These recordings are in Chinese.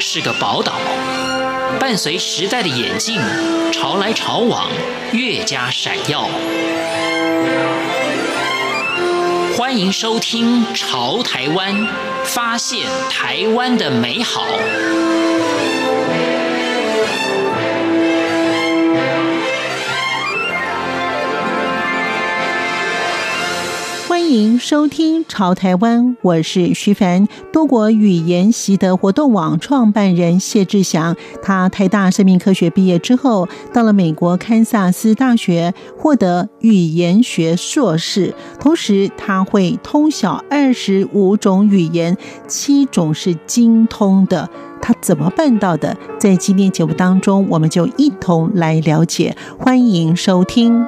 是个宝岛，伴随时代的演进，潮来潮往，越加闪耀。欢迎收听《潮台湾》，发现台湾的美好。 欢迎收听《潮台湾》，我是徐凡。多国语言习得活动网创办人谢志祥，他台大生命科学毕业之后，到了美国堪萨斯大学获得语言学硕士，同时他会通晓25种语言，7种是精通的。他怎么办到的？在今天节目当中，我们就一同来了解。欢迎收听。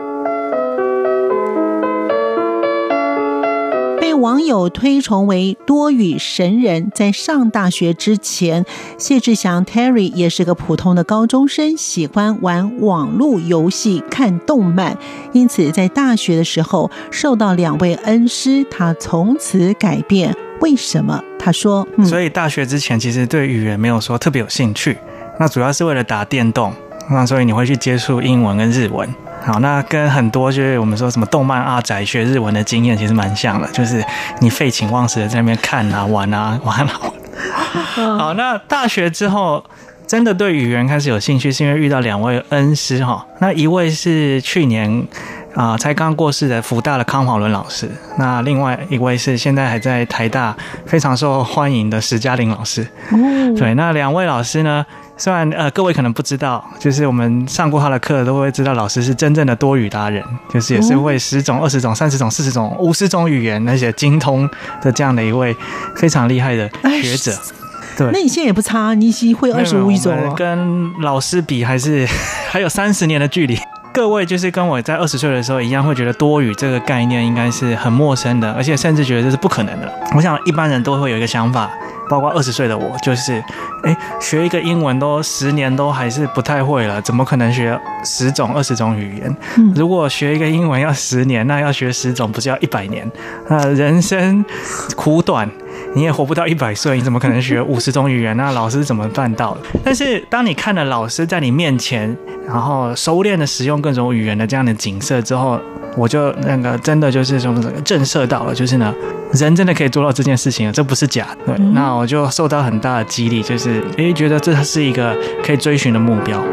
被网友推崇为多语神人，在上大学之前，谢志祥 Terry 也是个普通的高中生，喜欢玩网络游戏、看动漫，因此在大学的时候受到2位恩师，他从此改变。为什么？他说， 所以大学之前其实对语言没有说特别有兴趣，那主要是为了打电动，那所以你会去接触英文跟日文。好，那跟很多就是我们说什么动漫阿宅学日文的经验其实蛮像的，就是你废寝忘食的在那边看啊玩啊玩啊。好，那大学之后真的对语言开始有兴趣，是因为遇到2位恩师哈。那一位是去年才刚过世的福大的康华伦老师，那另外一位是现在还在台大非常受欢迎的史嘉玲老师。对，那2位老师呢，虽然各位可能不知道，就是我们上过他的课都会知道，老师是真正的多语达人，就是也是会10种、20种、30种、40种、50种语言，而且精通的这样的一位非常厉害的学者。对， 那你现在也不差，你已经会25种了。 跟老师比还有30年的距离。各位就是跟我在20岁的时候一样，会觉得多语这个概念应该是很陌生的，而且甚至觉得这是不可能的。我想一般人都会有一个想法，包括20岁的我，就是学一个英文都10年都还是不太会了，怎么可能学10种、20种语言？如果学一个英文要10年，那要学10种不是要100年？人生苦短，你也活不到100岁，你怎么可能学50种语言？那老师怎么办到的？但是当你看了老师在你面前，然后熟练的使用各种语言的这样的景色之后，我就真的就是什么震慑到了，就是呢，人真的可以做到这件事情，这不是假的。对，那我就受到很大的激励，就是觉得这是一个可以追寻的目标。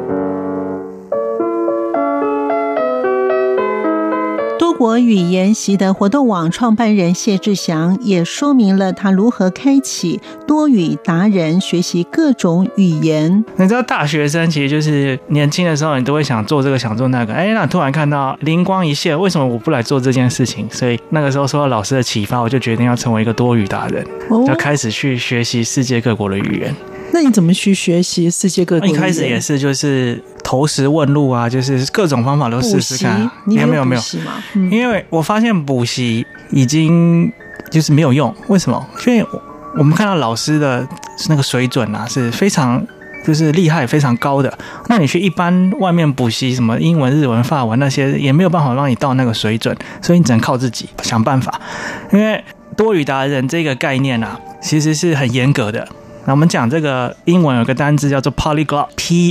多国语言习得活动网创办人谢志祥也说明了他如何开启多语达人，学习各种语言。 你知道大学生其实就是年轻的时候你都会想做这个想做那个，那突然看到灵光一现，为什么我不来做这件事情？所以那个时候受到老师的启发，我就决定要成为一个多语达人，就开始去学习世界各国的语言。 那你怎么去学习世界各国语言？ 一开始也是就是投石问路啊，就是各种方法都试试看。 你有补习吗？ 因为我发现补习已经就是没有用。为什么？因为我们看到老师的那个水准啊是非常就是厉害非常高的，那你去一般外面补习什么英文、日文、法文那些也没有办法让你到那个水准，所以你只能靠自己想办法。因为多语达人这个概念啊，其实是很严格的。那我们讲这个英文有个单字叫做 polyglot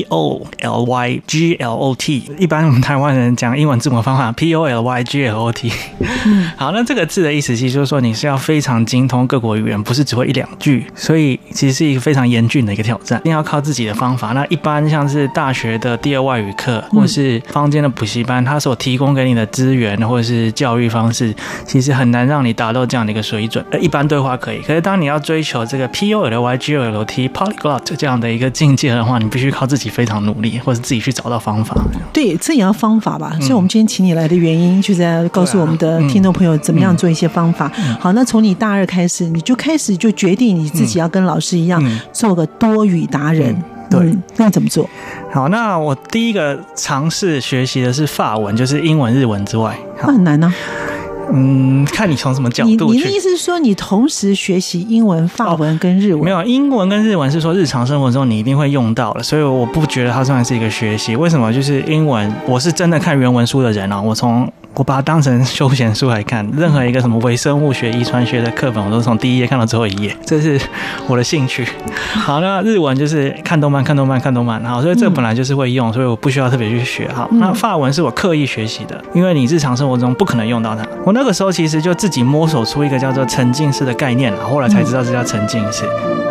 P-O-L-Y-G-L-O-T， 一般我们台湾人讲英文字母方法 P-O-L-Y-G-L-O-T。 好，那这个字的意思其实就是说你是要非常精通各国语言，不是只会1-2句，所以其实是一个非常严峻的一个挑战，一定要靠自己的方法。那一般像是大学的第2外语课或是坊间的补习班，它所提供给你的资源或者是教育方式，其实很难让你达到这样的一个水准。一般对话可以，可是当你要追求这个 P-O-L-Y-G-L-O-T Polyglot 这样的一个境界的话，你必须靠自己非常努力，或者自己去找到方法。 对，这也要方法吧。所以我们今天请你来的原因，就是在告诉我们的听众朋友怎么样做一些方法。好，那从你大2开始，你就决定你自己要跟老师一样，做个多语达人。对，那你怎么做？ 好，那我第一个尝试学习的是法文，就是英文、日文之外。 那很难啊。 看你从什么角度去。 你的意思是说，你同时学习英文、法文跟日文？ 没有，英文跟日文是说日常生活中你一定会用到的，所以我不觉得它算是一个学习。为什么？就是英文，我是真的看原文书的人啊，我从我把它当成休闲书来看，任何一个什么微生物学、遗传学的课本，我都从第一页看到最后一页，这是我的兴趣。好，那日文就是看动漫，好，所以这本来就是会用，所以我不需要特别去学。好，那法文是我刻意学习的，因为你日常生活中不可能用到它。我那个时候其实就自己摸索出一个叫做沉浸式的概念了，后来才知道这叫沉浸式。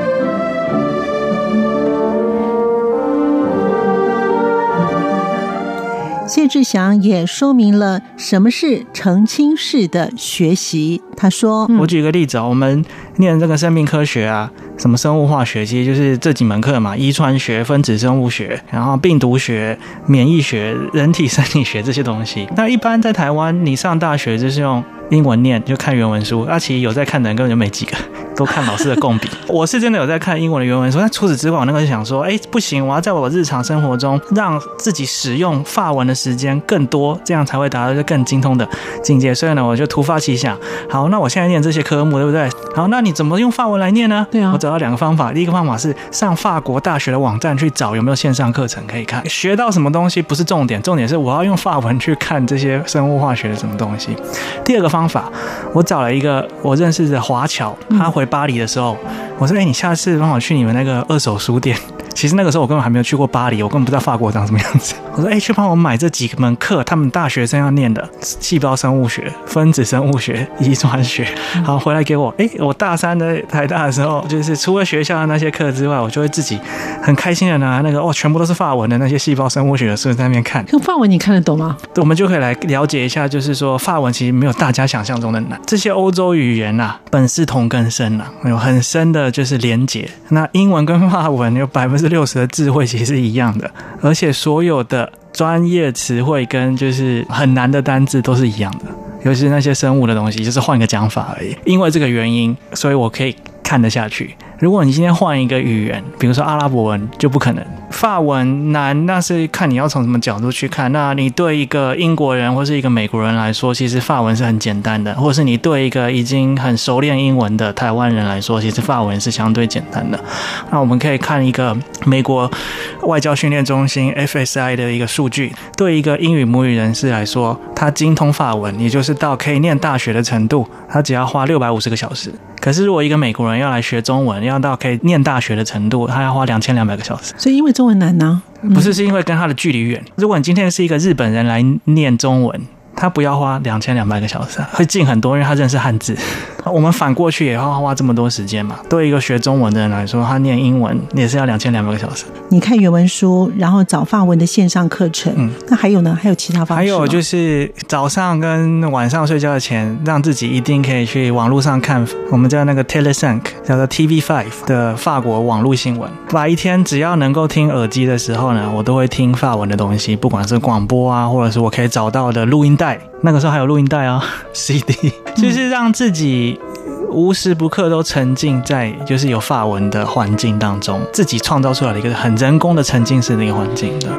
谢志祥也说明了什么是沉浸式的学习。他说， 我举个例子，我们念这个生命科学啊，什么生物化学，其实就是这几门课嘛，遗传学、分子生物学，然后病毒学、免疫学、人体生理学这些东西。那一般在台湾，你上大学就是用英文念，就看原文书，其实有在看的人根本就没几个，都看老师的共笔。我是真的有在看英文的原文书，但除此之外，我那个就想说，不行，我要在我日常生活中让自己使用法文的时间更多，这样才会达到更精通的境界。所以呢，我就突发奇想，好，那我现在念这些科目，对不对？好，那你怎么用法文来念呢？ 对啊， 我找到2个方法。第一个方法是上法国大学的网站去找有没有线上课程可以看，学到什么东西不是重点，重点是我要用法文去看这些生物化学的什么东西。第二个方法，我找了一个我认识的华侨，他回巴黎的时候，我说，你下次帮我去你们那个二手书店。其实那个时候我根本还没有去过巴黎，我根本不知道法国长什么样子。我说，去帮我买这几门课，他们大学生要念的细胞生物学、分子生物学、遗传学。好，回来给我。我大3的台大的时候，就是除了学校的那些课之外，我就会自己很开心的拿那个全部都是法文的那些细胞生物学的书在那边看。 可法文你看得懂吗？ 我们就可以来了解一下，就是说法文其实没有大家想象中的难。这些欧洲语言啊，本是同根生啊，有很深的就是连结。那英文跟法文有60%的智慧其实是一样的，而且所有的专业词汇跟就是很难的单字都是一样的，尤其是那些生物的东西，就是换个讲法而已。因为这个原因，所以我可以看得下去。如果你今天换一个语言，比如说阿拉伯文，就不可能。法文难，那是看你要从什么角度去看。那你对一个英国人或是一个美国人来说，其实法文是很简单的；或是你对一个已经很熟练英文的台湾人来说，其实法文是相对简单的。那我们可以看一个美国外交训练中心 FSI 的一个数据，对一个英语母语人士来说，他精通法文，也就是到可以念大学的程度，他只要花650个小时。可是如果一个美国人要来学中文，要到可以念大学的程度，他要花2200个小时。 所以因为中文难呢？ 不是，是因为跟他的距离远。如果你今天是一个日本人来念中文，他不要花2200个小时，会近很多，因为他认识汉字。我们反过去也要花这么多时间嘛。对一个学中文的人来说，他念英文也是要2200个小时。 你看原文书，然后找法文的线上课程。那还有呢？还有其他方式吗？还有就是早上跟晚上睡觉前，让自己一定可以去网络上看我们叫那个 Tele5 叫做 TV5 的法国网络新闻。白天只要能够听耳机的时候呢，我都会听法文的东西，不管是广播啊，或者是我可以找到的录音带。那个时候还有录音带啊 CD， 就是让自己无时不刻都沉浸在就是有法文的环境当中，自己创造出来的一个很人工的沉浸式的一个环境的。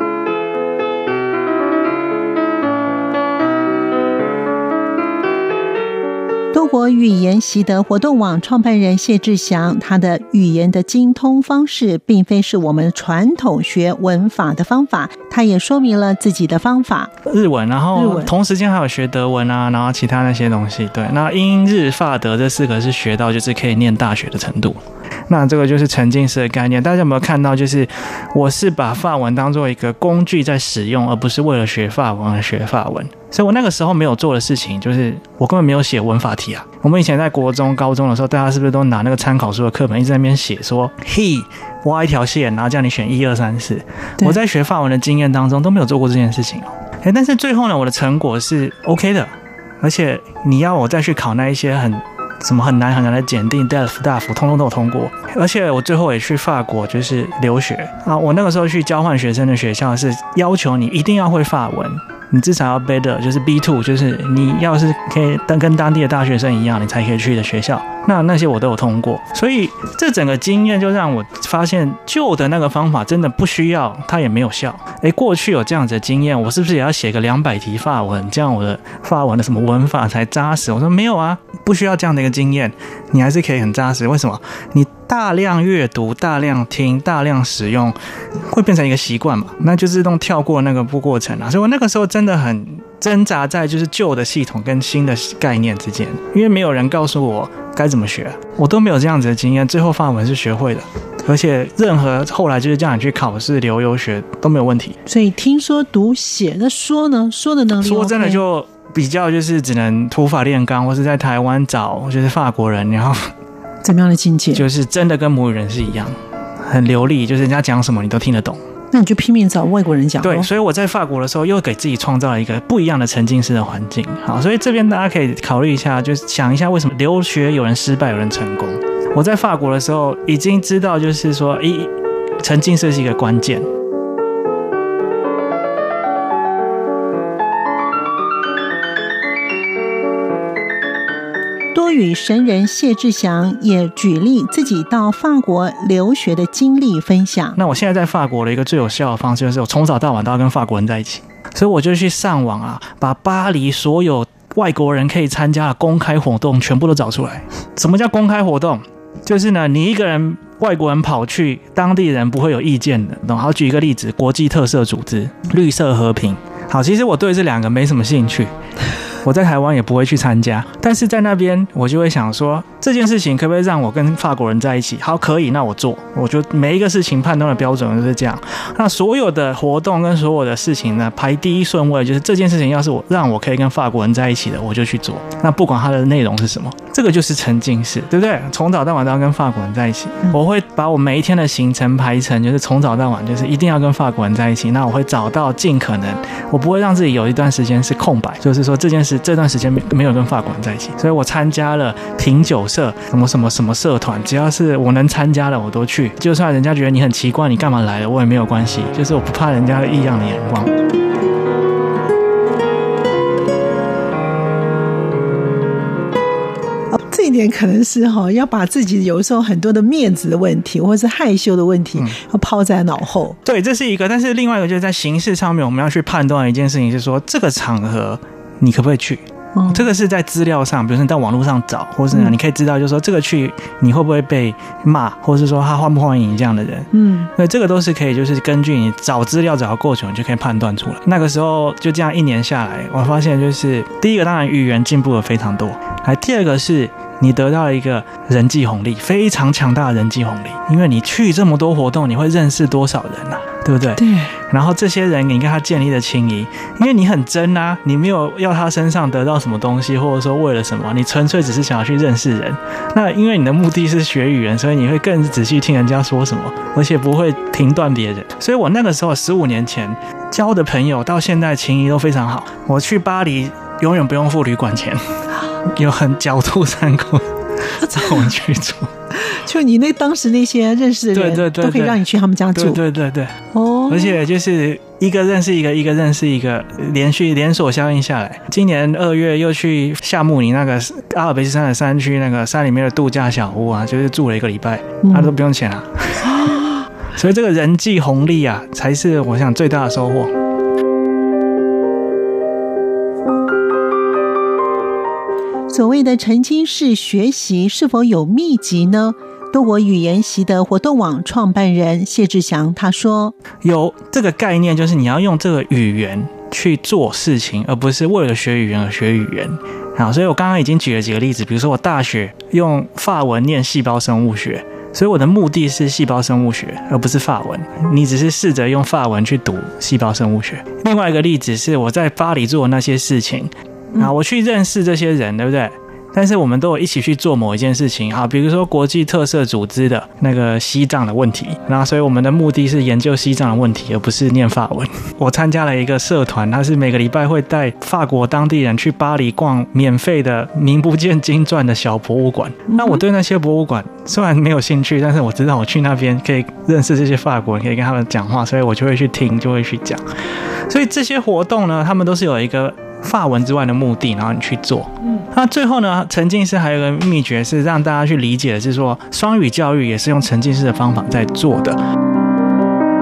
多国语言习得活动网创办人谢志祥，他的语言的精通方式并非是我们传统学文法的方法，他也说明了自己的方法。 日文，然后同时间还有学德文啊，然后其他那些东西。对，那英日法德这4个是学到就是可以念大学的程度。那这个就是沉浸式的概念，大家有没有看到？就是我是把法文当作一个工具在使用，而不是为了学法文而学法文。所以我那个时候没有做的事情，就是我根本没有写文法题啊。我们以前在国中、高中的时候，大家是不是都拿那个参考书的课本一直在那边写说 he 挖一条线，然后叫你选1、2、3、4。我在学法文的经验当中都没有做过这件事情哦。但是最后呢，我的成果是 OK 的，而且你要我再去考那一些什么很难的检定 DELF 大辅通通都有通过，而且我最后也去法国就是留学啊。我那个时候去交换学生的学校是要求你一定要会法文，你至少要 better 就是 B2， 就是你要是可以跟当地的大学生一样，你才可以去的学校。那些我都有通过，所以这整个经验就让我发现旧的那个方法真的不需要，它也没有效。过去有这样子的经验，我是不是也要写个200题法文，这样我的法文的什么文法才扎实？我说没有啊，不需要这样的一个经验，你还是可以很扎实。为什么？你大量阅读、大量听、大量使用，会变成一个习惯嘛？那就自动跳过那个过程啊。所以我那个时候真的很挣扎在就是旧的系统跟新的概念之间，因为没有人告诉我该怎么学，我都没有这样子的经验，最后法文是学会的，而且任何后来就是叫你去考试留游学都没有问题。 所以听说读写，那说呢？说的能力、 说真的就比较就是只能土法炼钢，或是在台湾找就是法国人，然后怎么样的境界？ 就是真的跟母语人是一样，很流利，就是人家讲什么你都听得懂。 那你就拼命找外国人讲。 对，所以我在法国的时候又给自己创造了一个不一样的沉浸式的环境。好，所以这边大家可以考虑一下，就是想一下为什么留学有人失败有人成功。我在法国的时候已经知道，就是说沉浸式是一个关键。 多语神人谢志祥也举例自己到法国留学的经历分享。 那我现在在法国的一个最有效的方式就是我从早到晚都要跟法国人在一起，所以我就去上网啊，把巴黎所有外国人可以参加的公开活动全部都找出来。什么叫公开活动？就是呢，你一个人外国人跑去，当地人不会有意见的。好，举一个例子，国际特色组织、绿色和平。好，其实我对这两个没什么兴趣。我在台湾也不会去参加，但是在那边我就会想说，这件事情可不可以让我跟法国人在一起？好，可以，那我做。我觉得每一个事情判断的标准就是这样。那所有的活动跟所有的事情呢，排第一顺位就是这件事情要是让我可以跟法国人在一起的，我就去做。那不管它的内容是什么，这个就是沉浸式，对不对？从早到晚都要跟法国人在一起。我会把我每一天的行程排成，就是从早到晚就是一定要跟法国人在一起。那我会找到尽可能，我不会让自己有一段时间是空白，就是说这段时间没有跟法国人在一起，所以我参加了品酒社，什么社团，只要是我能参加的我都去，就算人家觉得你很奇怪，你干嘛来了，我也没有关系，就是我不怕人家异样的眼光。 这一点可能是要把自己有时候很多的面子的问题或是害羞的问题要抛在脑后。 对，这是一个，但是另外一个就是在形式上面我们要去判断一件事情，是说这个场合你可不可以去。这个是在资料上，比如说你在网络上找，或是你可以知道，就是说这个去你会不会被骂，或是说他欢不欢迎你这样的人。对，这个都是可以，就是根据你找资料找够久，你就可以判断出来。那个时候就这样1年下来，我发现就是第一个，当然语言进步了非常多，第二个是你得到了一个人际红利，非常强大的人际红利，因为你去这么多活动，你会认识多少人啊，对不对？ 对。 然后这些人你跟他建立的情谊，因为你很真啊，你没有要他身上得到什么东西，或者说为了什么，你纯粹只是想要去认识人。那因为你的目的是学语言，所以你会更仔细听人家说什么，而且不会评断别人。所以我那个时候15年前交的朋友，到现在情谊都非常好。我去巴黎永远不用付旅馆钱，有很狡兔三窟找我去住。 就你当时那些认识的人，对，都可以让你去他们家住。 对。而且就是一个认识一个，一个认识一个，连锁效应下来。今年2月又去夏慕尼那个阿尔卑斯山的山区，那个山里面的度假小屋啊，就是住了1个礼拜，他都不用钱啊。所以这个人际红利啊，才是我想最大的收获。 所谓的沉浸式学习是否有秘籍呢？多国语言习得活动网创办人谢志祥他说， 有这个概念，就是你要用这个语言去做事情，而不是为了学语言而学语言。好，所以我刚刚已经举了几个例子，比如说我大学用法文念细胞生物学，所以我的目的是细胞生物学，而不是法文。你只是试着用法文去读细胞生物学。另外一个例子是我在巴黎做的那些事情，我去认识这些人，对不对？但是我们都有一起去做某一件事情，好，比如说国际特色组织的那个西藏的问题，那所以我们的目的是研究西藏的问题，而不是念法文。我参加了一个社团，它是每个礼拜会带法国当地人去巴黎逛免费的名不见经传的小博物馆。那我对那些博物馆虽然没有兴趣，但是我知道我去那边可以认识这些法国人，可以跟他们讲话，所以我就会去听，就会去讲。所以这些活动呢，他们都是有一个法文之外的目的，然后你去做。那最后呢，沉浸式还有一个秘诀是让大家去理解的是说，双语教育也是用沉浸式的方法在做的。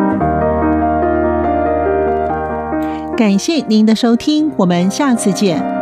感谢您的收听，我们下次见。